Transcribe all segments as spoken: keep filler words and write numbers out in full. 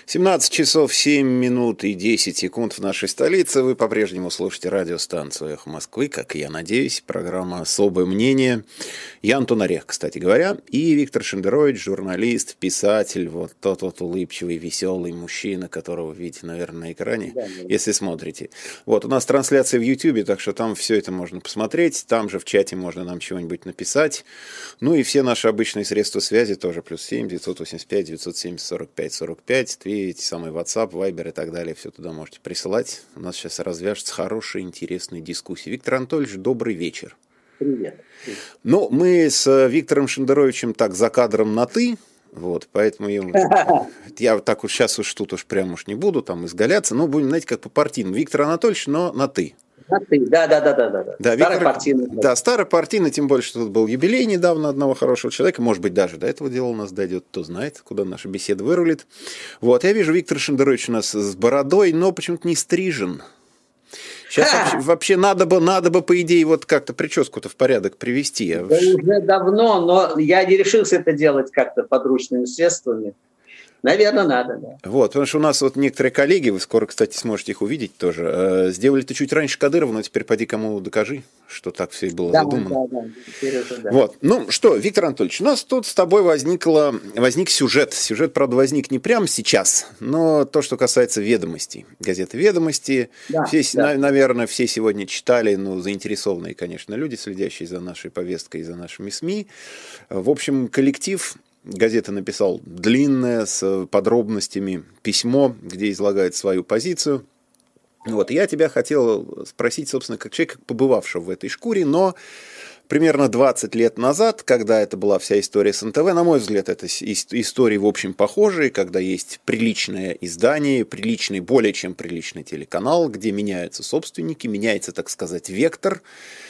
семнадцать часов семь минут и десять секунд в нашей столице. Вы по-прежнему слушаете радиостанцию «Эхо Москвы», как и я надеюсь, программа «Особое мнение». Я Антон Орех, кстати говоря, и Виктор Шендерович, журналист, писатель, вот тот вот улыбчивый, веселый мужчина, которого вы видите, наверное, на экране, да, да. Если смотрите. Вот, у нас трансляция в Ютьюбе, так что там все это можно посмотреть, там же в чате можно нам чего-нибудь написать. Ну и все наши обычные средства связи тоже, плюс семь девятьсот восемьдесят пять девятьсот семьдесят сорок пять сорок пять, эти самые WhatsApp, Viber и так далее, все туда можете присылать. У нас сейчас развяжется хорошая, интересная дискуссия. Виктор Анатольевич, добрый вечер. Привет. Ну, мы с Виктором Шендеровичем так за кадром на «ты», вот, поэтому я, я так уж сейчас уж тут уж прям уж не буду там изгаляться, но будем, знаете, как по партийному. Виктор Анатольевич, но на «ты». Да, да, да, да, да, да. Да, старый партийный. Да, старый партийный, тем более, что тут был юбилей недавно одного хорошего человека, может быть, даже до этого дела у нас дойдет, кто знает, куда наша беседа вырулит. Вот, я вижу, Виктор Шендерович у нас с бородой, но почему-то не стрижен. Сейчас вообще, вообще надо бы, надо бы, по идее, вот как-то прическу-то в порядок привести. Да уже давно, но я не решился это делать как-то подручными средствами. Наверное, надо, да. Вот, потому что у нас вот некоторые коллеги, вы скоро, кстати, сможете их увидеть тоже, э, сделали это чуть раньше Кадырова, но теперь поди кому докажи, что так все и было да, задумано. Да, да, теперь уже, да. Вот, ну что, Виктор Анатольевич, у нас тут с тобой возникло, возник сюжет. Сюжет, правда, возник не прямо сейчас, но то, что касается «Ведомостей». Газеты «Ведомости». Да, все, да. На, наверное, все сегодня читали, ну, заинтересованные, конечно, люди, следящие за нашей повесткой и за нашими СМИ. В общем, коллектив... Газета написал длинное, с подробностями письмо, где излагает свою позицию. Вот, я тебя хотел спросить, собственно, как человека, побывавшего в этой шкуре, но примерно двадцать лет назад, когда это была вся история с эн тэ вэ, на мой взгляд, это истории, в общем, похожие, когда есть приличное издание, приличный, более чем приличный телеканал, где меняются собственники, меняется, так сказать, вектор.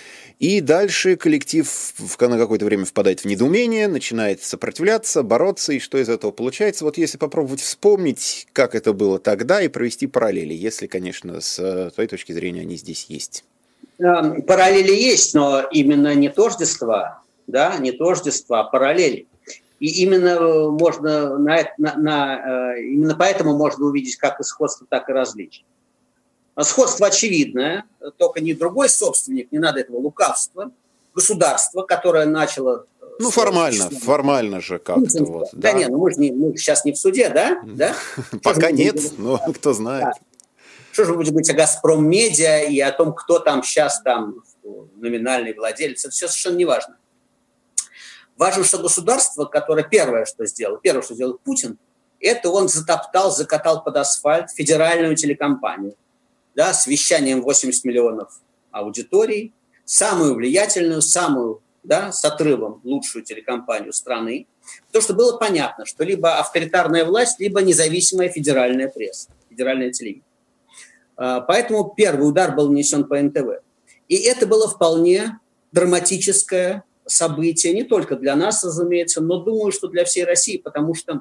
И дальше коллектив на какое-то время впадает в недоумение, начинает сопротивляться, бороться, и что из этого получается? Вот если попробовать вспомнить, как это было тогда, и провести параллели, если, конечно, с твоей точки зрения они здесь есть. Параллели есть, но именно не тождество, да, не тождество, а параллели. И именно, можно на, на, на, именно поэтому можно увидеть как и сходство, так и различия. Сходство очевидное, только не другой собственник, не надо этого лукавства. Государство, которое начало... Ну, формально, формально же как-то. Вот, да, да, нет, ну мы же не, мы сейчас не в суде, да? да? Пока нет, но кто знает. Да. Что же будет говорить о «Газпром Медиа» и о том, кто там сейчас там номинальный владелец, это все совершенно не важно. Важно, что государство, которое первое, что сделало, первое, что сделал Путин, это он затоптал, закатал под асфальт федеральную телекомпанию. Да, с вещанием восемьдесят миллионов аудиторий, самую влиятельную, самую, да, с отрывом лучшую телекомпанию страны. Потому что было понятно, что либо авторитарная власть, либо независимая федеральная пресса, федеральное телевидение. Поэтому первый удар был нанесен по эн тэ вэ. И это было вполне драматическое событие, не только для нас, разумеется, но думаю, что для всей России, потому что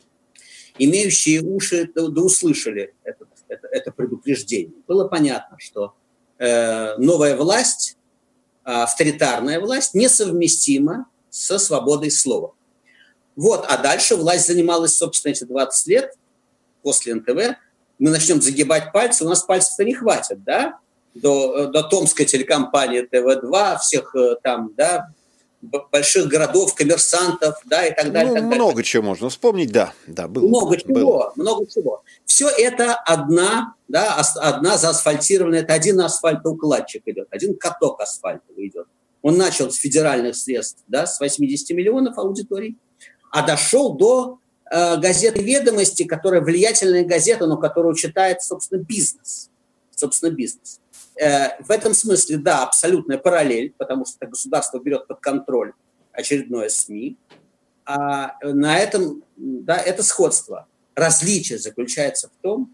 имеющие уши да, да услышали этот Это, это предупреждение. Было понятно, что э, новая власть, э, авторитарная власть, несовместима со свободой слова. Вот, а дальше власть занималась, собственно, эти двадцать лет после эн тэ вэ. Мы начнем загибать пальцы, у нас пальцев-то не хватит, да? До, до томской телекомпании тэ вэ два, всех э, там, да, больших городов, коммерсантов, да, и так далее. Ну, так далее. Много чего можно вспомнить, да. да было, много чего, было. много чего. Все это одна, да, одна заасфальтированная, это один асфальтоукладчик идет, один каток асфальтовый идет. Он начал с федеральных средств, да, с восемьдесят миллионов аудиторий, а дошел до э, газеты «Ведомости», которая влиятельная газета, но которую читает, собственно, бизнес. Собственно, бизнес. В этом смысле, да, абсолютная параллель, потому что государство берет под контроль очередное СМИ. А на этом, да, это сходство. Различие заключается в том,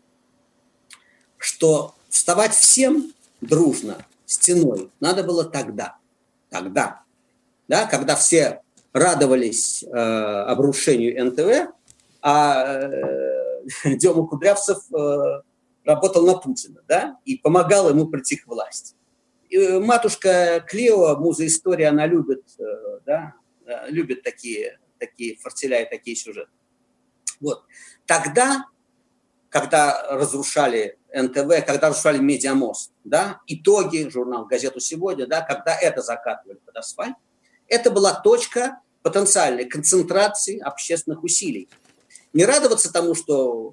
что вставать всем дружно, стеной, надо было тогда. Тогда. Да, когда все радовались э, обрушению эн тэ вэ, а э, Дема Кудрявцев... Э, работал на Путина, да, и помогал ему прийти к власти. И матушка Клео, муза истории, она любит, да, любит такие, такие фортеля и такие сюжеты. Вот. Тогда когда разрушали эн тэ вэ, когда разрушали Медиамост, да, итоги, журнал «Газету сегодня», да, когда это закатывали под асфальт, это была точка потенциальной концентрации общественных усилий. Не радоваться тому, что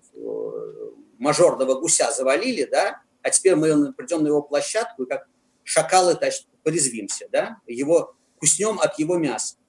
мажорного гуся завалили, да, а теперь мы придем на его площадку и как шакалы, значит, порезвимся, да, его куснем от его мяса.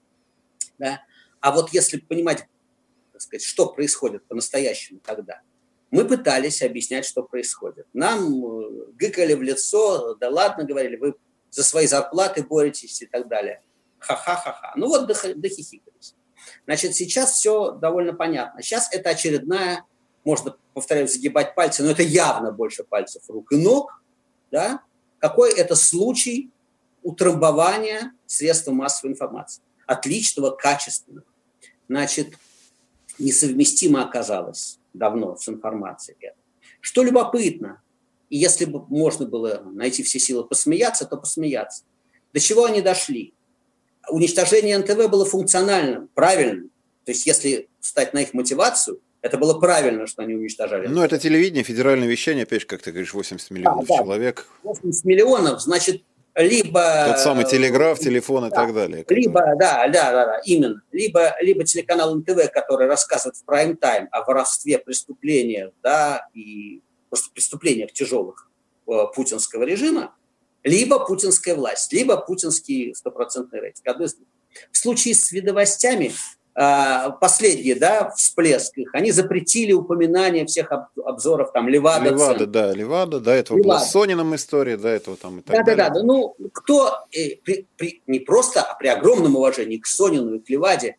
Да. А вот если понимать, так сказать, что происходит по-настоящему тогда, мы пытались объяснять, что происходит. Нам гыкали в лицо, да ладно, говорили, вы за свои зарплаты боретесь и так далее. Ха-ха-ха-ха. Ну вот дохихикались. Значит, сейчас все довольно понятно. Сейчас это очередная, можно, повторяю, загибать пальцы, но это явно больше пальцев рук и ног, да? Какой это случай утрамбования средств массовой информации. Отличного, качественного. Значит, несовместимо оказалось давно с информацией. Что любопытно, и если бы можно было найти все силы посмеяться, то посмеяться. До чего они дошли? Уничтожение эн тэ вэ было функциональным, правильным. То есть если встать на их мотивацию, это было правильно, что они уничтожали. Ну, это телевидение, федеральное вещание, опять же, как ты говоришь, восемьдесят миллионов да, человек. восемьдесят миллионов, значит, либо... Тот самый телеграф, телефон и да, так далее. Либо, да, да, да, да, именно. Либо, либо телеканал эн тэ вэ, который рассказывает в прайм-тайм о воровстве, преступлениях, да, и просто преступлениях тяжелых э, путинского режима, либо путинская власть, либо путинский стопроцентный рейтинг. Одно из двух. В случае с ведомостями, э, последние, да, всплеск их, они запретили упоминание всех обзоров, там, Левада. Левада, да, Левада, до этого Левада. Была с Сониным история, до этого там и так да, далее. Да, да, да, ну, кто, э, при, при, не просто, а при огромном уважении к Сонину и к Леваде,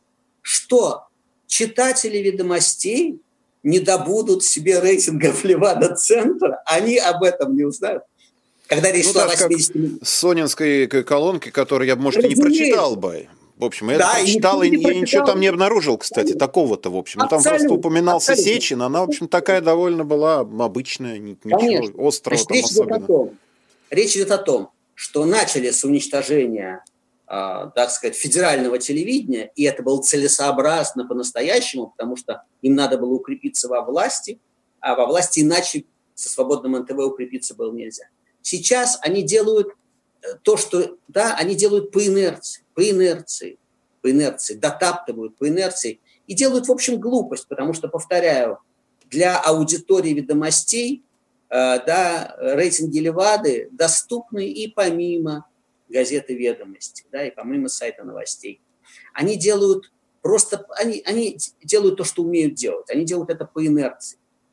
что читатели ведомостей не добудут себе рейтингов Левада-центра, они об этом не узнают. Когда речь ну, шла о да, восьмидесяти... С сонинской колонки, которую я, может, и не прочитал бы. В общем, я да, это прочитал, и, и я ничего там не обнаружил, кстати, да, такого-то, в общем. Ну, там просто упоминался абсолютно. Сечин, она, в общем, такая довольно была обычная, ничего Конечно. Острого Значит, там речь особенно. Идет о том, речь идет о том, что начали с уничтожения, э, так сказать, федерального телевидения, и это было целесообразно по-настоящему, потому что им надо было укрепиться во власти, а во власти иначе со свободным эн тэ вэ укрепиться было нельзя. Сейчас они делают то, что, да, они делают по инерции, по инерции, по инерции, дотаптывают по инерции и делают, в общем, глупость, потому что, повторяю, для аудитории ведомостей, э, да, рейтинги Левады доступны и помимо газеты «Ведомости», да, и помимо сайта новостей. Они делают просто, они, они делают то, что умеют делать, они делают это по инерции.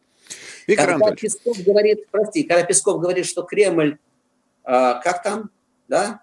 Виктор когда Песков говорит, прости, когда Песков говорит, что Кремль, э, как там, да,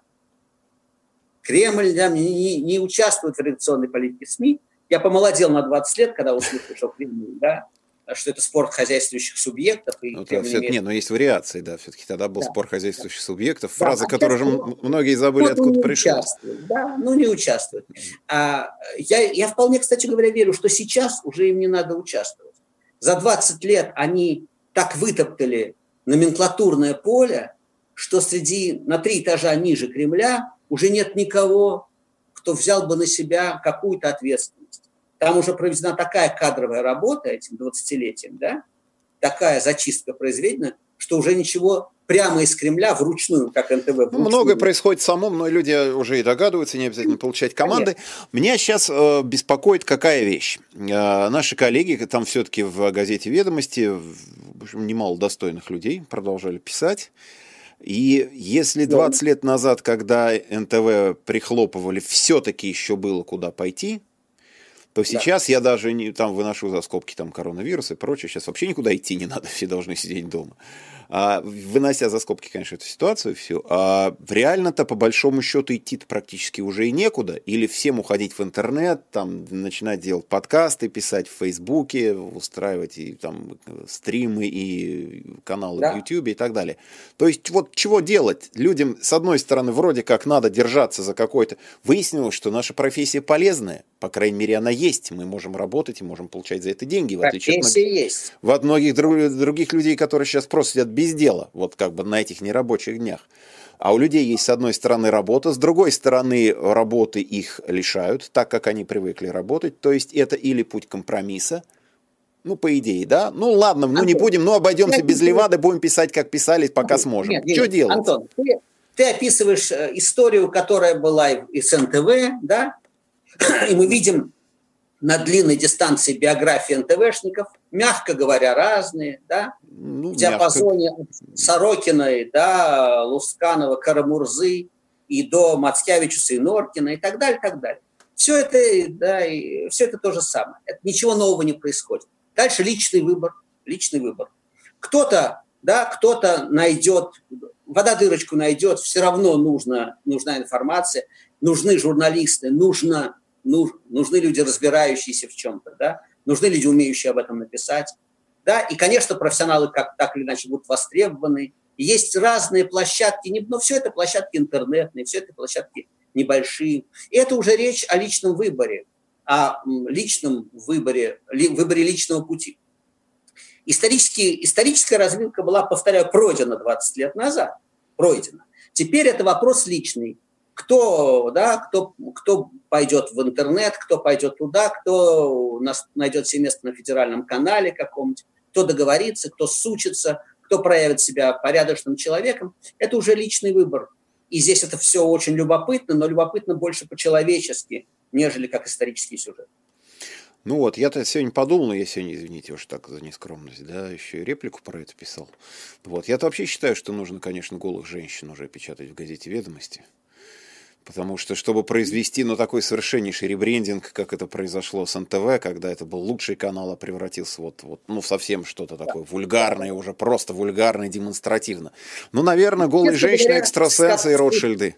Кремль да, не, не участвует в редакционной политике СМИ. Я помолодел на двадцать лет, когда услышал, что Кремль, да, что это спор хозяйствующих субъектов. И ну, Кремль имеет... Нет, но есть вариации, да, все-таки тогда был да, спор хозяйствующих да. субъектов, фраза, да, которую уже ну, многие забыли, откуда пришла. Да, ну не участвует. А, я, я вполне, кстати говоря, верю, что сейчас уже им не надо участвовать. За двадцать лет они так вытоптали номенклатурное поле, что среди, на три этажа ниже Кремля уже нет никого, кто взял бы на себя какую-то ответственность. Там уже проведена такая кадровая работа этим двадцатилетием, да, такая зачистка произведена, что уже ничего прямо из Кремля вручную, как эн тэ вэ. Ну, многое происходит само, но люди уже и догадываются, не обязательно получать команды. Конечно. Меня сейчас э, беспокоит какая вещь. Э, наши коллеги, там все-таки в газете «Ведомости», в общем, немало достойных людей продолжали писать. И если двадцать лет назад, когда эн тэ вэ прихлопывали, все-таки еще было куда пойти, то сейчас да. я даже не там выношу за скобки там коронавирус и прочее. Сейчас вообще никуда идти не надо, все должны сидеть дома. А, вынося за скобки, конечно, эту ситуацию всю, а реально-то по большому счету идти-то практически уже и некуда. Или всем уходить в интернет, там, начинать делать подкасты, писать в Фейсбуке, устраивать и, там, стримы и каналы да. в Ютьюбе и так далее. То есть вот чего делать? Людям, с одной стороны, вроде как надо держаться за какой-то... Выяснилось, что наша профессия полезная. По крайней мере, она есть. Мы можем работать и можем получать за это деньги. В отличие от, есть. от многих других людей, которые сейчас просто сидят без дела, вот как бы на этих нерабочих днях. А у людей есть, с одной стороны, работа, с другой стороны, работы их лишают, так как они привыкли работать. То есть это или путь компромисса, Ну, по идее, да. Ну, ладно, ну Антон, не будем, ну, обойдемся без Левады, будем писать, как писали, пока сможем. Нет, нет, Что делать? Антон, ты, ты описываешь историю, которая была и с эн тэ вэ, да, и мы видим на длинной дистанции биографии эн тэ вэ-шников, мягко говоря, разные, да, ну, в диапазоне от Сорокиной, да, Лусканова, Карамурзы и до Мацкевичуса и Норкина и так далее, и так далее. Все это, да, и все это то же самое. Это ничего нового не происходит. Дальше личный выбор, личный выбор. Кто-то, да, кто-то найдет, вода дырочку найдет, все равно нужна, нужна информация, нужны журналисты, нужно, нуж, нужны люди, разбирающиеся в чем-то, да, нужны люди, умеющие об этом написать, да, и, конечно, профессионалы как так или иначе будут востребованы. И есть разные площадки, но все это площадки интернетные, все это площадки небольшие. И это уже речь о личном выборе, о личном выборе, выборе личного пути. Исторически, историческая развилка была, повторяю, пройдена двадцать лет назад. Пройдена. Теперь это вопрос личный. Кто, да, кто, кто пойдет в интернет, кто пойдет туда, кто найдет себе место на федеральном канале каком-нибудь, кто договорится, кто сучится, кто проявит себя порядочным человеком. Это уже личный выбор. И здесь это все очень любопытно, но любопытно больше по-человечески, нежели как исторический сюжет. Ну вот, я-то сегодня подумал, я сегодня, извините уж так за нескромность, да, еще и реплику про это писал. Вот, я-то вообще считаю, что нужно, конечно, голых женщин уже печатать в газете «Ведомости». Потому что, чтобы произвести, ну, такой совершеннейший ребрендинг, как это произошло с эн тэ вэ, когда это был лучший канал, а превратился вот, вот ну, в совсем что-то такое вульгарное, уже просто вульгарное, демонстративно. Ну, наверное, голые женщины, экстрасенсы и Ротшильды.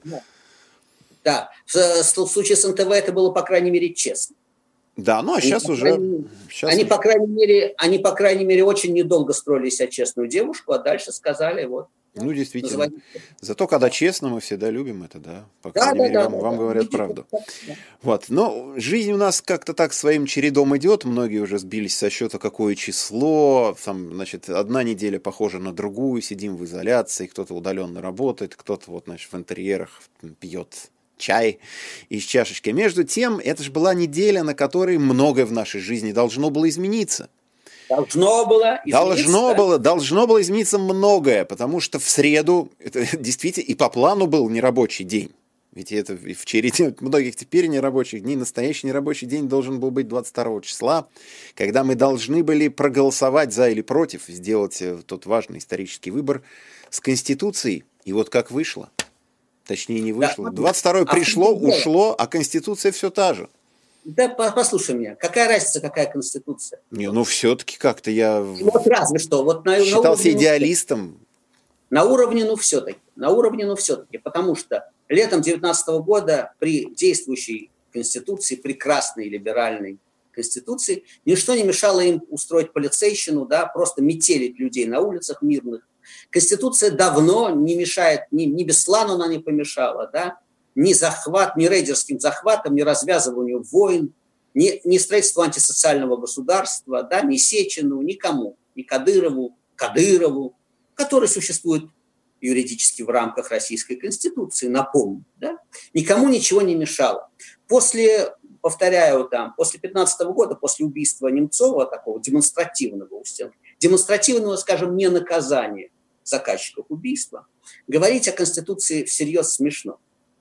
Да, в случае с эн тэ вэ это было, по крайней мере, честно. Да, ну а они, сейчас уже... Сейчас... Они, по крайней мере, они, по крайней мере, очень недолго строили себя честную девушку, а дальше сказали, вот. Ну, действительно. Называйте. Зато, когда честно, мы всегда любим это, да. По да, крайней да, мере, да, вам, да, вам да, говорят да. правду. Да. Вот. Но жизнь у нас как-то так своим чередом идет. Многие уже сбились со счета, какое число. Там, значит, одна неделя похожа на другую. Сидим в изоляции, кто-то удаленно работает, кто-то вот, значит, в интерьерах пьет чай из чашечки. Между тем, это же была неделя, на которой многое в нашей жизни должно было измениться. Должно было измениться. Должно было, должно было измениться многое, потому что в среду, это действительно, и по плану был нерабочий день. Ведь это в череде многих теперь нерабочих дней, настоящий нерабочий день должен был быть двадцать второго числа, когда мы должны были проголосовать за или против, сделать тот важный исторический выбор с Конституцией. И вот как вышло. Точнее, не вышло. двадцать второе а пришло, ушло, а Конституция все та же. Да, послушай меня, какая разница, какая Конституция? Не, ну все-таки как-то я вот разве что. Вот на, считался на уровне, идеалистом. На уровне, ну все-таки, на уровне, ну все-таки, потому что летом девятнадцатого года при действующей Конституции, прекрасной либеральной Конституции, ничто не мешало им устроить полицейщину, да, просто метелить людей на улицах мирных. Конституция давно не мешает, ни, ни Беслану она не помешала, да, ни захват, ни рейдерским захватом, ни развязыванию войн, ни, ни строительству антисоциального государства, да, ни Сечину, никому, ни Кадырову, Кадырову, который существует юридически в рамках Российской Конституции, напомню, да, никому ничего не мешало. После, повторяю, там, после пятнадцатого года, после убийства Немцова, такого демонстративного, демонстративного, скажем, не наказания заказчиков убийства, говорить о Конституции всерьез смешно.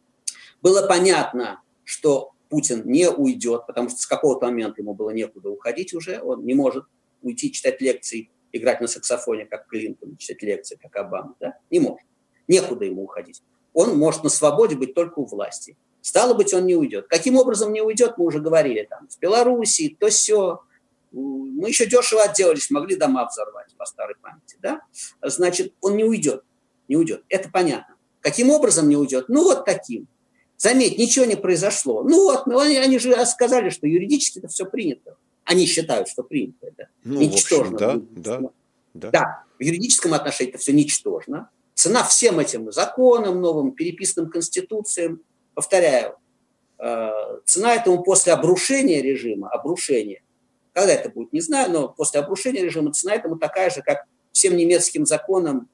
Было понятно, что Путин не уйдет, потому что с какого-то момента ему было некуда уходить уже. Он не может уйти читать лекции, играть на саксофоне, как Клинтон, читать лекции, как Обама. Да? Не может. Некуда ему уходить. Он может на свободе быть только у власти. Стало быть, он не уйдет. Каким образом не уйдет, мы уже говорили. Там, в Белоруссии, то сё. Мы еще дешево отделались, могли дома взорвать по старой памяти. Да? Значит, он не уйдет. Не уйдет. Это понятно. Каким образом не уйдет? Ну, вот таким. Заметь, ничего не произошло. Ну вот, ну, они, они же сказали, что юридически это все принято. Они считают, что принято. Да? Ну, ничтожно. В общем, да, да, да. Да, в юридическом отношении это все ничтожно. Цена всем этим законам, новым переписанным конституциям, повторяю, э, цена этому после обрушения режима, обрушения, когда это будет, не знаю, но после обрушения режима цена этому такая же, как всем немецким законам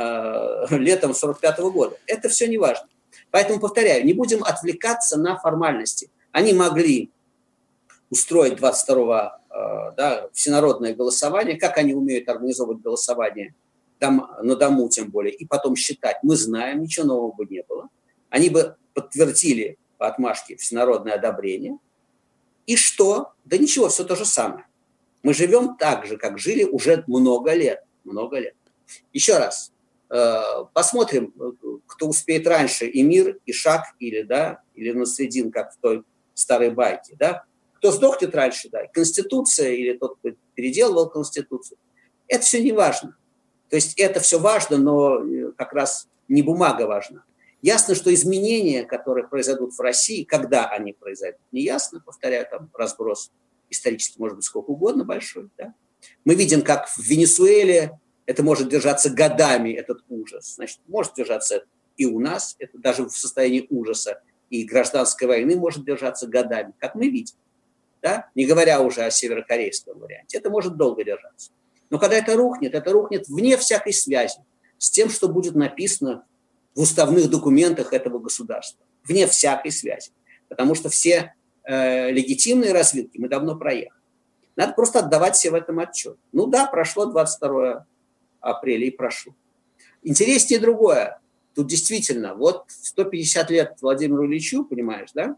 э, летом сорок пятого года. Это все не важно. Поэтому, повторяю, не будем отвлекаться на формальности. Они могли устроить двадцать второго да, всенародное голосование, как они умеют организовывать голосование дом, на дому тем более, и потом считать, мы знаем, ничего нового бы не было. Они бы подтвердили по отмашке всенародное одобрение. И что? Да ничего, все то же самое. Мы живем так же, как жили уже много лет. Много лет. Еще раз, посмотрим, кто успеет раньше, и мир, и шаг, или, да, или Насреддин, как в той старой байке, да. Кто сдохнет раньше, да, Конституция, или тот, кто переделывал Конституцию. Это все не важно. То есть это все важно, но как раз не бумага важна. Ясно, что изменения, которые произойдут в России, когда они произойдут, не ясно, повторяю, там разброс исторически может быть сколько угодно большой. Да? Мы видим, как в Венесуэле это может держаться годами, этот ужас. Значит, может держаться и у нас, это даже в состоянии ужаса и гражданской войны может держаться годами, как мы видим. Да? Не говоря уже о северокорейском варианте. Это может долго держаться. Но когда это рухнет, это рухнет вне всякой связи с тем, что будет написано в уставных документах этого государства. Вне всякой связи. Потому что все э, легитимные развилки мы давно проехали. Надо просто отдавать себе в этом отчет. Ну да, прошло двадцать второе апреля и прошло. Интереснее другое. Тут действительно, вот сто пятьдесят лет Владимиру Ильичу, понимаешь, да?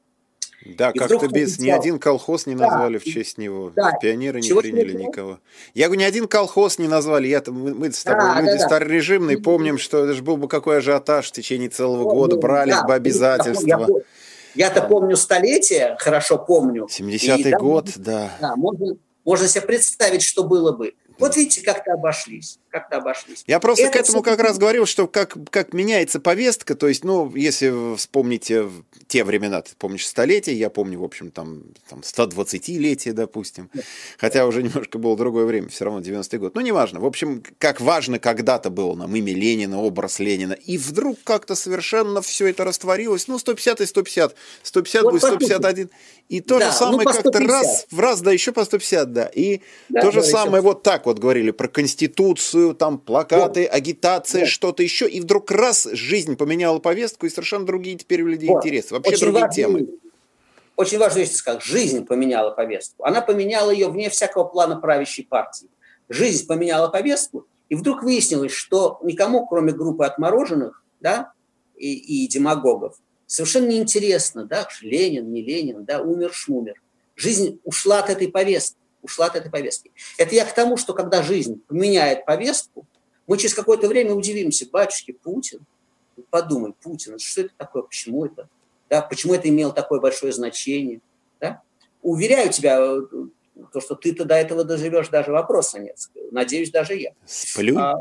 Да, как-то без ни один колхоз не назвали, да, в честь него. Да. Пионеры не Чего приняли никого. Я говорю, ни один колхоз не назвали. Я, мы, мы с тобой да, люди да, старорежимные, да. Помним, что это же был бы какой ажиотаж в течение целого О, года, брались да, бы обязательства. Я, я-то да. помню столетие, хорошо помню. семидесятый и, год, да. да можно, можно себе представить, что было бы. Вот видите, как-то обошлись. Как-то обошлись. Я просто это к этому как раз говорил, что как, как меняется повестка, то есть, ну, если вспомните те времена, ты помнишь столетие, я помню, в общем, там, там сто двадцатилетие, допустим, хотя уже немножко было другое время, все равно девяностый год, ну, неважно. В общем, как важно когда-то было нам имя Ленина, образ Ленина, и вдруг как-то совершенно все это растворилось, ну, сто пятьдесят и сто пятьдесят, сто пятьдесят вот будет сто пятьдесят один, и то да, же самое ну, как-то раз в раз, да, еще по сто пятьдесят, да, и да, то же да, самое еще. Вот так вот говорили про Конституцию, там плакаты, вот. агитация, вот. что-то еще, и вдруг раз жизнь поменяла повестку, и совершенно другие теперь у людей вот. интересы, вообще очень другие важный, темы. Очень важно, если сказать, жизнь поменяла повестку. Она поменяла ее вне всякого плана правящей партии. Жизнь поменяла повестку, и вдруг выяснилось, что никому, кроме группы отмороженных, да, и, и демагогов, совершенно неинтересно, да, Ленин, не Ленин, да, умер-шмумер. Жизнь ушла от этой повестки. Ушла от этой повестки. Это я к тому, что когда жизнь поменяет повестку, мы через какое-то время удивимся, батюшки, Путин, подумай, Путин, что это такое, почему это, да, почему это имело такое большое значение, да? Уверяю тебя, то, что ты-то до этого доживешь, даже вопроса нет, надеюсь, даже я. Сплюнь? А?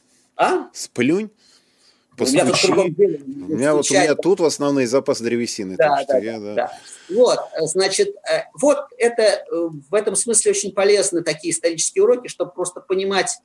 а? Сплюнь? Посмучи. У меня, деле, у меня вот у меня тут в основные запасы древесины. Да, да, я, да, да. Вот, значит, вот это в этом смысле очень полезны такие исторические уроки, чтобы просто понимать,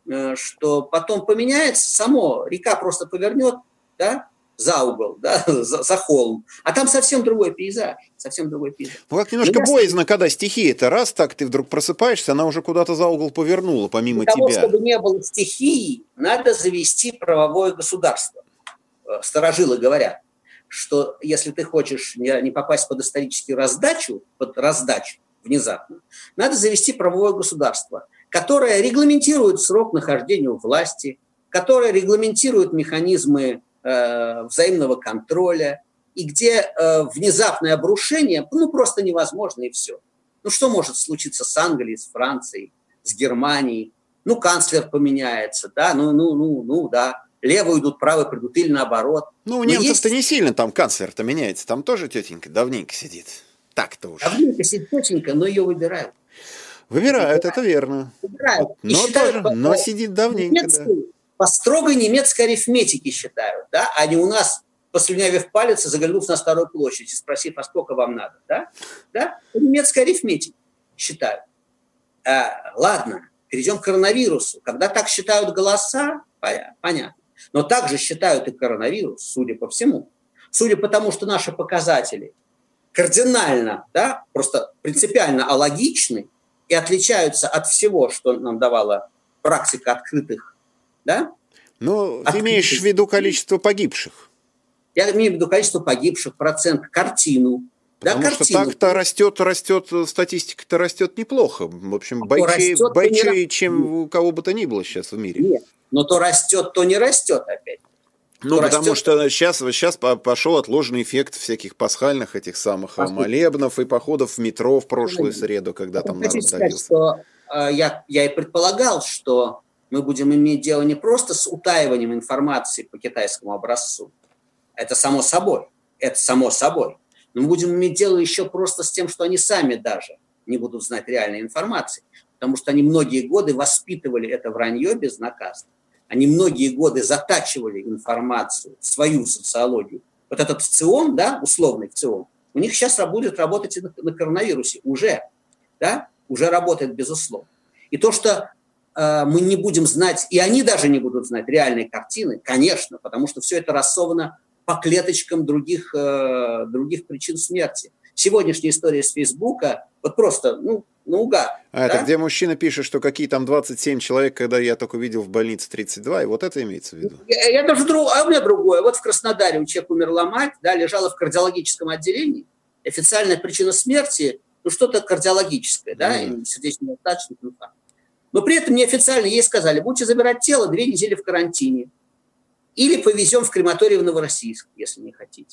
что потом поменяется само, река просто повернет, да, за угол, да, за, за холм, а там совсем другой пейзаж, совсем другой пейзаж. Ну, как немножко боязно, когда стихия, это раз так, ты вдруг просыпаешься, она уже куда-то за угол повернула, помимо Для тебя. Для того, чтобы не было стихии, надо завести правовое государство. Старожилы говорят, что если ты хочешь не попасть под историческую раздачу, под раздачу внезапно, надо завести правовое государство, которое регламентирует срок нахождения у власти, которое регламентирует механизмы э, взаимного контроля, и где э, внезапное обрушение ну, просто невозможно, и все. Ну что может случиться с Англией, с Францией, с Германией? Ну, канцлер поменяется, да, ну, ну, ну, ну, да. Левые идут, правые придут, или наоборот. Ну, у немцев-то есть... не сильно там канцлер-то меняется, там тоже тетенька давненько сидит. Так-то уж. Давненько сидит тетенька, но ее выбирают. Выбирают, выбирают. Это верно. Выбирают. Но, считают, тоже, по, но сидит давненько, да. По строгой немецкой арифметике считают, да, а не у нас, послюнявив палец, заглянув на Старую площадь и спросив, а сколько вам надо, да? Да? По немецкой арифметике считают. А, ладно, перейдем к коронавирусу. Когда так считают голоса, понятно. Но также считают и коронавирус, судя по всему. Судя по тому, что наши показатели кардинально, да, просто принципиально алогичны и отличаются от всего, что нам давала практика открытых, да? Ну, ты имеешь в виду количество погибших? Я имею в виду количество погибших, процент, картину, Потому да, что так-то растет, растет, статистика-то растет неплохо. В общем, бойчей, растет, бойчей не... чем у кого бы то ни было сейчас в мире. Нет, но то растет, то не растет опять. Ну, то потому растет... что сейчас, сейчас пошел отложенный эффект всяких пасхальных этих самых Послушайте. молебнов и походов в метро в прошлую среду, когда я там народ сказать, давился. Что, э, я, я и предполагал, что мы будем иметь дело не просто с утаиванием информации по китайскому образцу. Это само собой. Это само собой. Но мы будем иметь дело еще просто с тем, что они сами даже не будут знать реальной информации. Потому что они многие годы воспитывали это вранье безнаказанно. Они многие годы затачивали информацию, свою социологию. Вот этот ВЦИОМ, да, условный ВЦИОМ, у них сейчас будет работать и на, на коронавирусе. Уже, да, уже работает, безусловно. И то, что э, мы не будем знать, и они даже не будут знать реальной картины, конечно, потому что все это рассовано по клеточкам других, э, других причин смерти. Сегодняшняя история с Фейсбука, вот просто, ну, наугад. А да? Это где мужчина пишет, что какие там двадцать семь человек, когда я только видел в больнице тридцать два, и вот это имеется в виду? Я, я даже друг, а у меня другое. Вот в Краснодаре у человека умерла мать, да, лежала в кардиологическом отделении. Официальная причина смерти, ну, что-то кардиологическое, да, mm. сердечно-легочный инфаркт. Но при этом неофициально ей сказали, будете забирать тело две недели в карантине. Или повезем в крематорий в Новороссийск, если не хотите.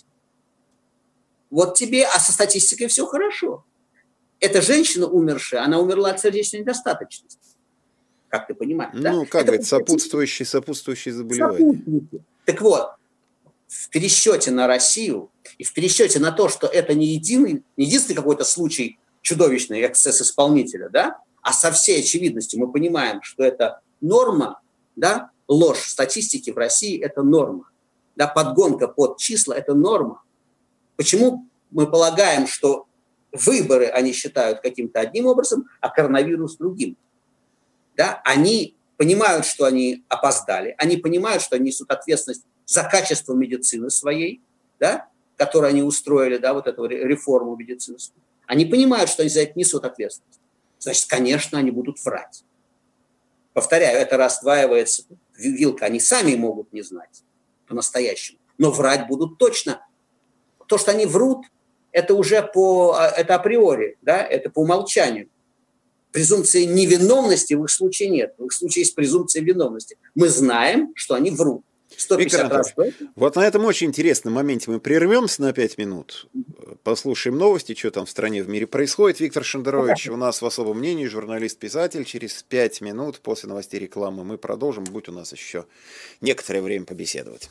Вот тебе, а со статистикой все хорошо. Эта женщина умершая, она умерла от сердечной недостаточности. Как ты понимаешь, ну, да? Ну, как говорится, сопутствующие, сопутствующие заболевания. Так вот, в пересчете на Россию и в пересчете на то, что это не единый, не единственный какой-то случай чудовищный эксцесс исполнителя, да, а со всей очевидностью мы понимаем, что это норма, да, ложь в статистике в России – это норма. Да, подгонка под числа – это норма. Почему мы полагаем, что выборы они считают каким-то одним образом, а коронавирус другим? Да? Они понимают, что они опоздали, они понимают, что они несут ответственность за качество медицины своей, да, которую они устроили, да, вот эту реформу медицинскую. Они понимают, что они за это несут ответственность. Значит, конечно, они будут врать. Повторяю, это раздваивается вилка. Они сами могут не знать по-настоящему, но врать будут точно. То, что они врут, это уже по, это априори, да, это по умолчанию. Презумпции невиновности в их случае нет. В их случае есть презумпция виновности. Мы знаем, что они врут. сто пятьдесят раз. Вот на этом очень интересном моменте мы прервемся на пять минут, послушаем новости, что там в стране, в мире происходит. Виктор Шендерович у нас в особом мнении, журналист-писатель. Через пять минут после новостей рекламы мы продолжим. Будет у нас еще некоторое время побеседовать.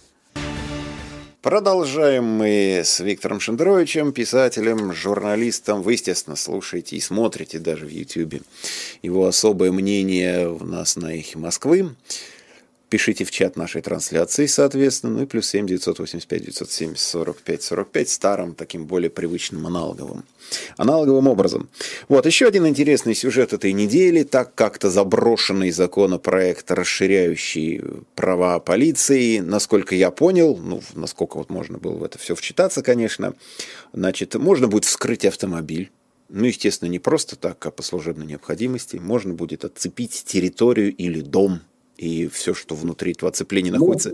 Продолжаем мы с Виктором Шендеровичем, писателем, журналистом. Вы, естественно, слушаете и смотрите даже в Ютьюбе его особое мнение у нас на «Эхе Москвы». Пишите в чат нашей трансляции, соответственно, ну и плюс семь девятьсот восемьдесят пять девятьсот семьдесят сорок пять сорок пять старым, таким более привычным аналоговым, аналоговым образом. Вот, еще один интересный сюжет этой недели, так как-то заброшенный законопроект, расширяющий права полиции, насколько я понял, ну, насколько вот можно было в это все вчитаться, конечно, значит, можно будет вскрыть автомобиль. Ну, естественно, не просто так, а по служебной необходимости. Можно будет отцепить территорию или дом, и все, что внутри этого оцепления находится.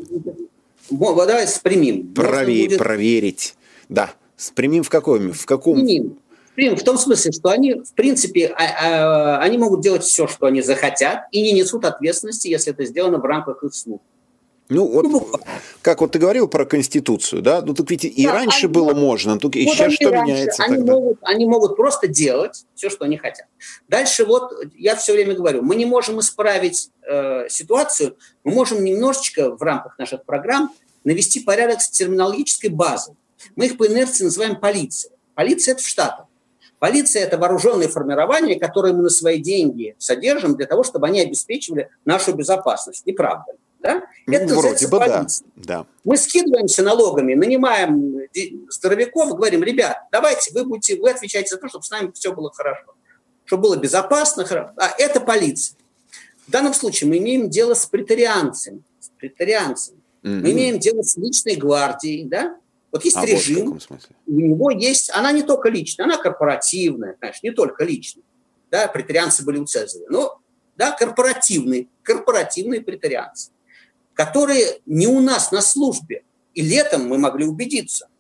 Ну, давай спрямим. Прове- будет... Проверить. Да. Спрямим в каком? В каком? Спрямим. Спрямим в том смысле, что они, в принципе, а, а, они могут делать все, что они захотят, и не несут ответственности, если это сделано в рамках их службы. Ну, вот, ну, как вот ты говорил про Конституцию, да? Ну, так ведь и да, раньше они, было можно, только вот сейчас что раньше, меняется они тогда? Могут, они могут просто делать все, что они хотят. Дальше вот, я все время говорю, мы не можем исправить э, ситуацию, мы можем немножечко в рамках наших программ навести порядок с терминологической базой. Мы их по инерции называем полиция. Полиция – это в Штатах. Полиция – это вооруженные формирования, которые мы на свои деньги содержим для того, чтобы они обеспечивали нашу безопасность. Не правда ли? Да? Ну, это вроде бы да. да. Мы скидываемся налогами, нанимаем здоровяков и говорим: ребят, давайте вы будете, вы отвечаете за то, чтобы с нами все было хорошо, чтобы было безопасно. Хорошо. А это полиция. В данном случае мы имеем дело с претарианцами. С претарианцами. Mm-hmm. Мы имеем дело с личной гвардией. Да? Вот есть а режим, вот у него есть, она не только личная, она корпоративная, конечно, не только личная. Да? Претарианцы были у Цезаря. Но да, корпоративные, корпоративные претарианцы, которые не у нас на службе. И летом мы могли убедиться,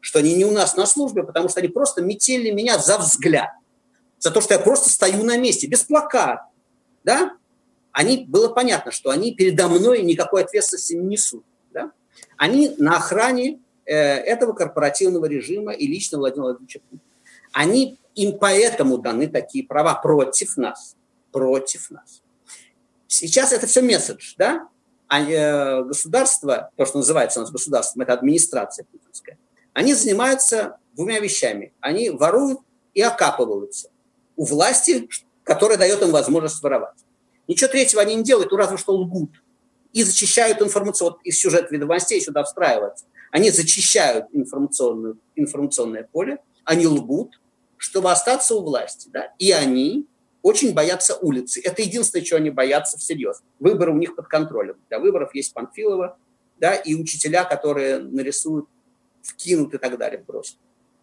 что они не у нас на службе, потому что они просто метели меня за взгляд, за то, что я просто стою на месте, без плаката, да? Они, было понятно, что они передо мной никакой ответственности не несут, да? Они на охране э, этого корпоративного режима и лично Владимира Владимировича Путина. Они, им поэтому даны такие права против нас, против нас. Сейчас это все месседж, да? А э, государство, то, что называется у нас государством, это администрация путинская, они занимаются двумя вещами. Они воруют и окапываются у власти, которая дает им возможность воровать. Ничего третьего они не делают, ну разве что лгут. И зачищают информационный, и сюжет «Ведомостей» сюда встраивается. Они зачищают информационную, информационное поле, они лгут, чтобы остаться у власти. Да? И они очень боятся улицы. Это единственное, чего они боятся всерьез. Выборы у них под контролем. Для выборов есть Панфилова, да, и учителя, которые нарисуют, вкинут и так далее, бросят.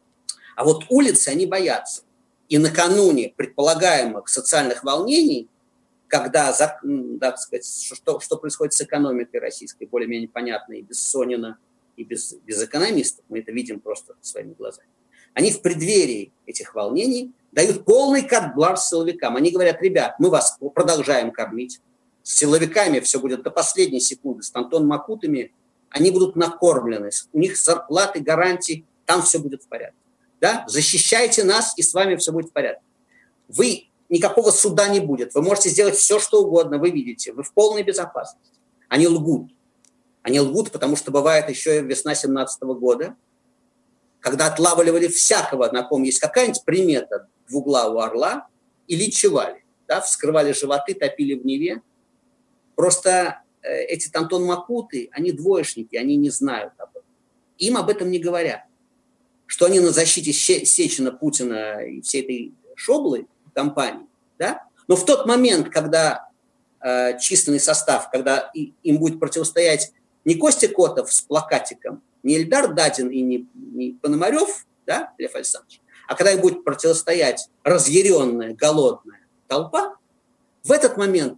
А вот улицы они боятся. И накануне предполагаемых социальных волнений, когда, так сказать, что, что происходит с экономикой российской, более-менее понятно и без Сонина, и без, без экономистов, мы это видим просто своими глазами, они в преддверии этих волнений дают полный карт-бланш силовикам. Они говорят: ребят, мы вас продолжаем кормить. С силовиками все будет до последней секунды. С Антоном Макутами они будут накормлены. У них зарплаты, гарантии, там все будет в порядке. Да? Защищайте нас, и с вами все будет в порядке. Вы, никакого суда не будет. Вы можете сделать все, что угодно. Вы видите, вы в полной безопасности. Они лгут. Они лгут, потому что бывает еще и весна семнадцатого года, когда отлавливали всякого, на ком есть какая-нибудь примета в угла у орла, и линчевали, да, вскрывали животы, топили в Неве. Просто э, эти Антон Макуты, они двоечники, они не знают об этом. Им об этом не говорят. Что они на защите Сечина, Путина и всей этой шоблы компании, да? Но в тот момент, когда э, численный состав, когда и, им будет противостоять не Костя Котов с плакатиком, не Эльдар Дадин и не, не Пономарев, да, Лев Александрович, а когда им будет противостоять разъяренная, голодная толпа, в этот момент,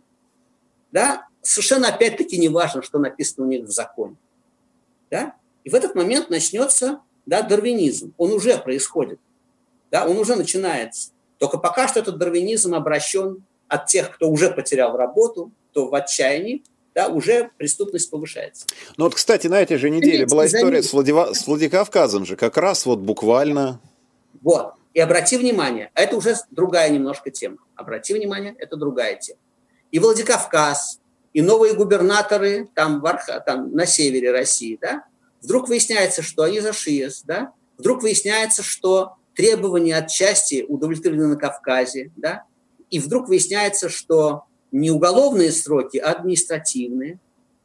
да, совершенно опять-таки не важно, что написано у них в законе. Да? И в этот момент начнется, да, дарвинизм. Он уже происходит. Да? Он уже начинается. Только пока что этот дарвинизм обращен от тех, кто уже потерял работу, кто в отчаянии, да, уже преступность повышается. Ну вот, кстати, на этой же неделе была история с, Владива... с Владикавказом же, как раз вот буквально. Вот. И обрати внимание, это уже другая немножко тема. Обрати внимание, это другая тема. И Владикавказ, и новые губернаторы там, в Арха... там на севере России, да, вдруг выясняется, что они за ШИЭС, да, вдруг выясняется, что требования от части удовлетворены на Кавказе, да, и вдруг выясняется, что не уголовные сроки, а административные,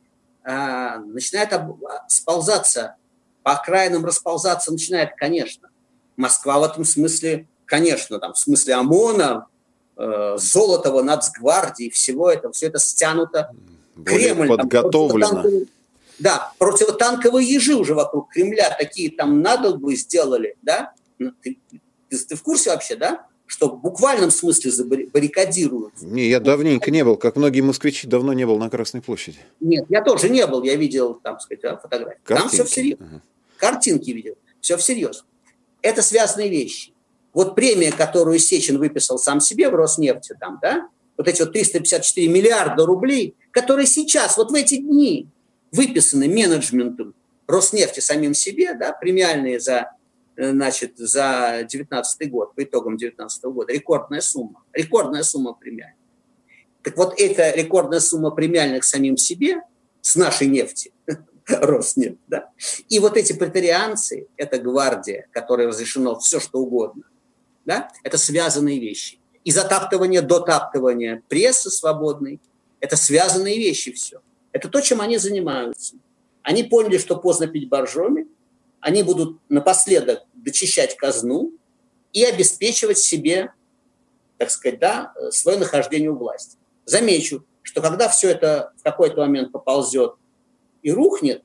а, начинает об... сползаться, по окраинам расползаться начинает, конечно. Москва в этом смысле, конечно, там, в смысле ОМОНа, э, Золотого, Нацгвардии, всего этого, все это стянуто. Более Кремль, подготовлено. Там, да, противотанковые ежи уже вокруг Кремля такие там надолбы сделали, да? Ты, ты, ты в курсе вообще, да? Что в буквальном смысле забаррикадируют. Не, я давненько не был, как многие москвичи, давно не был на Красной площади. Нет, я тоже не был, я видел, там, сказать, фотографии. Картинки. Там все всерьез. Ага. Картинки видел, все всерьез. Это связанные вещи. Вот премия, которую Сечин выписал сам себе в Роснефти, там, да, вот эти вот триста пятьдесят четыре миллиарда рублей, которые сейчас, вот в эти дни, выписаны менеджментом Роснефти самим себе, да, премиальные за... значит, за девятнадцатый год, по итогам девятнадцатого года, рекордная сумма. Рекордная сумма премиальных. Так вот, эта рекордная сумма премиальных самим себе с нашей нефти, Роснефть, да, и вот эти претарианцы, это гвардия, которой разрешено все, что угодно, да, это связанные вещи. И затаптывание, дотаптывание прессы свободной, это связанные вещи все. Это то, чем они занимаются. Они поняли, что поздно пить боржоми, они будут напоследок дочищать казну и обеспечивать себе, так сказать, да, свое нахождение у власти. Замечу, что когда все это в какой-то момент поползет и рухнет,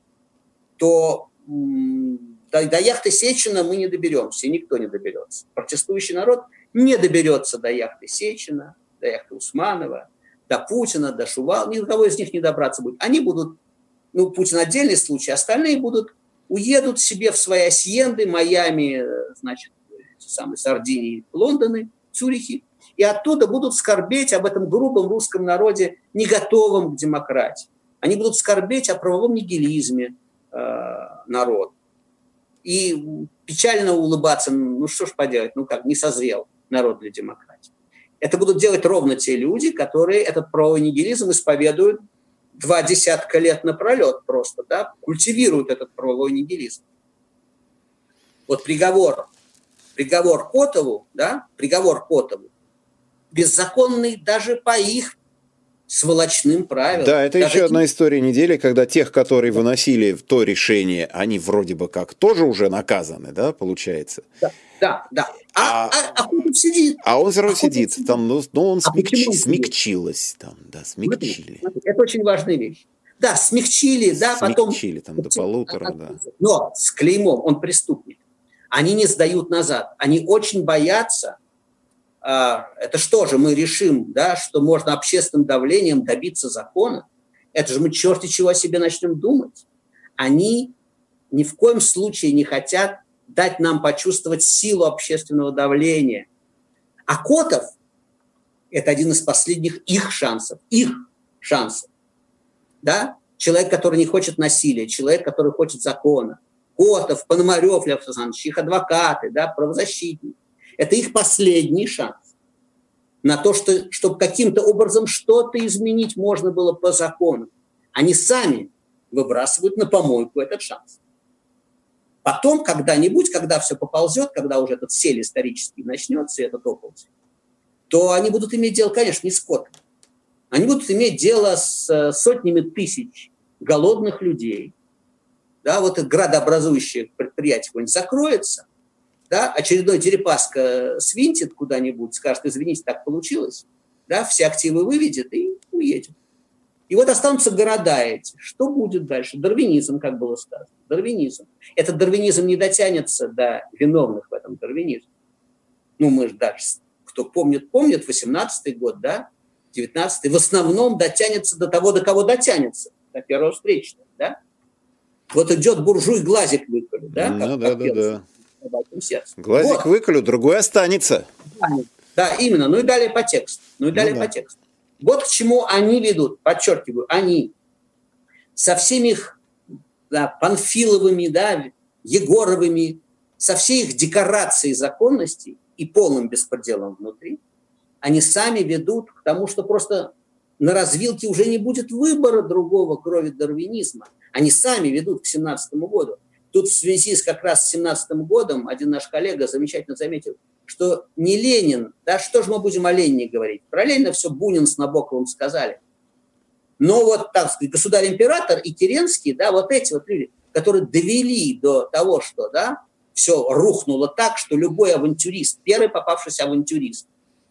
то м- до, до яхты Сечина мы не доберемся, и никто не доберется. Протестующий народ не доберется до яхты Сечина, до яхты Усманова, до Путина, до Шувалова. Ни до кого из них не добраться будет. Они будут, ну, Путин отдельный случай, остальные будут уедут себе в свои асьенды, Майами, значит, самые Сардинии, Лондоны, Цюрихи, и оттуда будут скорбеть об этом грубом русском народе, не готовом к демократии. Они будут скорбеть о правовом нигилизме э, народа. И печально улыбаться, ну что ж поделать, ну как, не созрел народ для демократии. Это будут делать ровно те люди, которые этот правовой нигилизм исповедуют два десятка лет напролет просто, да, культивируют этот правовой нигилизм. Вот приговор, приговор Котову, да, приговор Котову, беззаконный даже по их сволочным правилам. Да, это даже еще одна история недели, когда тех, которые выносили то решение, они вроде бы как тоже уже наказаны, да, получается? Да, да, да. А, а, а, а Котов сидит. А он все равно а сидит, сидит. Там, ну, ну он а смягчи, смягчилось, там, да, смягчили. Смотри, смотри, это очень важная вещь. Да, смягчили, да, потом... Смягчили там до полутора, да. Но с клеймом, он преступник. Они не сдают назад. Они очень боятся. Это что же, мы решим, да, что можно общественным давлением добиться закона? Это же мы черти чего о себе начнем думать. Они ни в коем случае не хотят дать нам почувствовать силу общественного давления. А Котов – это один из последних их шансов, их шансов. Да? Человек, который не хочет насилия, человек, который хочет закона. Котов, Пономарев, Лев Александрович, их адвокаты, да, правозащитники. Это их последний шанс на то, что, чтобы каким-то образом что-то изменить можно было по закону. Они сами выбрасывают на помойку этот шанс. Потом, когда-нибудь, когда все поползет, когда уже этот сель исторический начнется, и этот оползень, то они будут иметь дело, конечно, не с Котом. Они будут иметь дело с сотнями тысяч голодных людей. Да, вот это градообразующее предприятие какое-нибудь закроется, да, очередной Дерипаска свинтит куда-нибудь, скажет, извините, так получилось, да, все активы выведет и уедет. И вот останутся города эти. Что будет дальше? Дарвинизм, как было сказано. Дарвинизм. Этот дарвинизм не дотянется до виновных в этом дарвинизме. Ну, мы же дальше, кто помнит, помнит, восемнадцатый год, да, девятнадцатый, в основном дотянется до того, до кого дотянется, до первого встречного, да. Вот идет буржуй, глазик выколю, да? Ну, как, да, как да, да. Глазик вот. Выколю, другой останется. Да, да, именно. Ну и далее по тексту. Ну и далее ну, по да. тексту. Вот к чему они ведут, подчеркиваю, они со всеми их да, Панфиловыми, да, Егоровыми, со всей их декорацией законности и полным беспределом внутри, они сами ведут к тому, что просто на развилке уже не будет выбора другого, кроме дарвинизма. Они сами ведут к семнадцатому году. Тут в связи с как раз с семнадцатым годом один наш коллега замечательно заметил, что не Ленин, да, что же мы будем о Ленине говорить? Про Ленина все Бунин с Набоковым сказали. Но вот, так сказать, государь-император и Керенский, да, вот эти вот люди, которые довели до того, что, да, все рухнуло так, что любой авантюрист, первый попавшийся авантюрист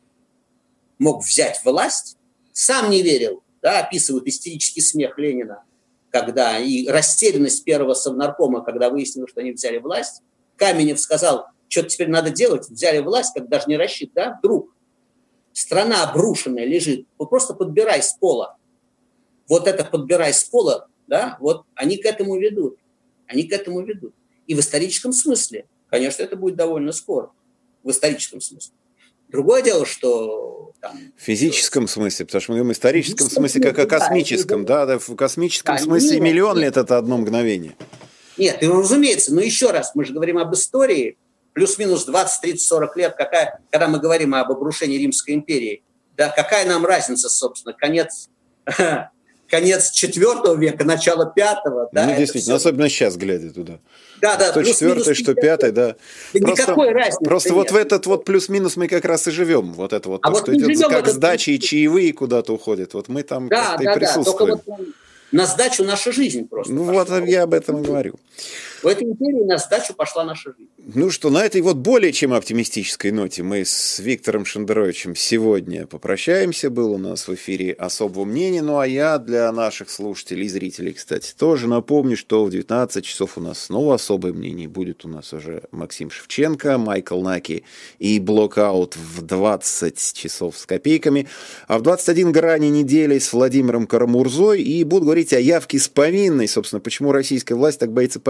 мог взять власть, сам не верил, да, описывают истерический смех Ленина, когда и растерянность первого совнаркома, когда выяснилось, что они взяли власть. Каменев сказал, что-то теперь надо делать, взяли власть, как даже не рассчитать, да, вдруг страна обрушенная лежит, ну просто подбирай с пола. Вот это подбирай с пола, да, вот они к этому ведут, они к этому ведут. И в историческом смысле, конечно, это будет довольно скоро, в историческом смысле. Другое дело, что... Там, в физическом что... смысле, потому что мы говорим в историческом смысле, как о космическом, да, да, в космическом да, смысле нет, миллион лет – это одно мгновение. Нет, и разумеется, но еще раз, мы же говорим об истории, плюс-минус двадцать, тридцать, сорок лет, какая, когда мы говорим об обрушении Римской империи, да, какая нам разница, собственно, конец... Конец четвертого века, начало пятого. Да, ну, действительно, все... особенно сейчас, глядя туда. Да, да. Что четвертый, что пятый, да. да просто, никакой разницы Просто нет. Вот в этот вот плюс-минус мы как раз и живем. Вот это вот, а то, вот что идет как этот... сдачи и чаевые куда-то уходят. Вот мы там да, как-то да, и присутствуем. Да, только вот на сдачу наша жизнь просто. Ну пошла. Вот я об этом и говорю. В этой империи на сдачу пошла наша жизнь. Ну что, на этой вот более чем оптимистической ноте мы с Виктором Шендеровичем сегодня попрощаемся. Был у нас в эфире «Особого мнения». Ну а я для наших слушателей и зрителей, кстати, тоже напомню, что в девятнадцать часов у нас снова «Особое мнение». Будет у нас уже Максим Шевченко, Майкл Наки и «Блокаут» в двадцать часов с копейками. А в двадцать один «Грани недели» с Владимиром Карамурзой. И буду говорить о явке с повинной. Собственно, почему российская власть так боится памяти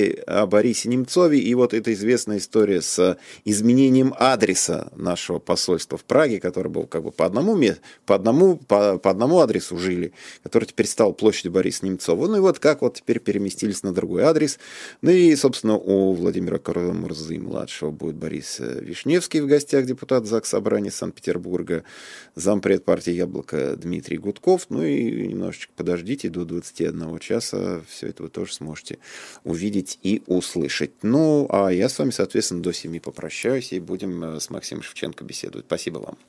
говорили о Борисе Немцове, и вот эта известная история с изменением адреса нашего посольства в Праге, который был как бы по одному, по одному, по, по одному адресу жили, который теперь стал площадью Бориса Немцова. Ну и вот как вот теперь переместились на другой адрес. Ну и, собственно, у Владимира Карамурзы-младшего будет Борис Вишневский в гостях, депутат Закс Собрания Санкт-Петербурга, зампред партии «Яблоко» Дмитрий Гудков. Ну и немножечко подождите, до двадцати одного часа все это вы тоже сможете увидеть и услышать. Ну, а я с вами, соответственно, до семи попрощаюсь и будем с Максимом Шевченко беседовать. Спасибо вам.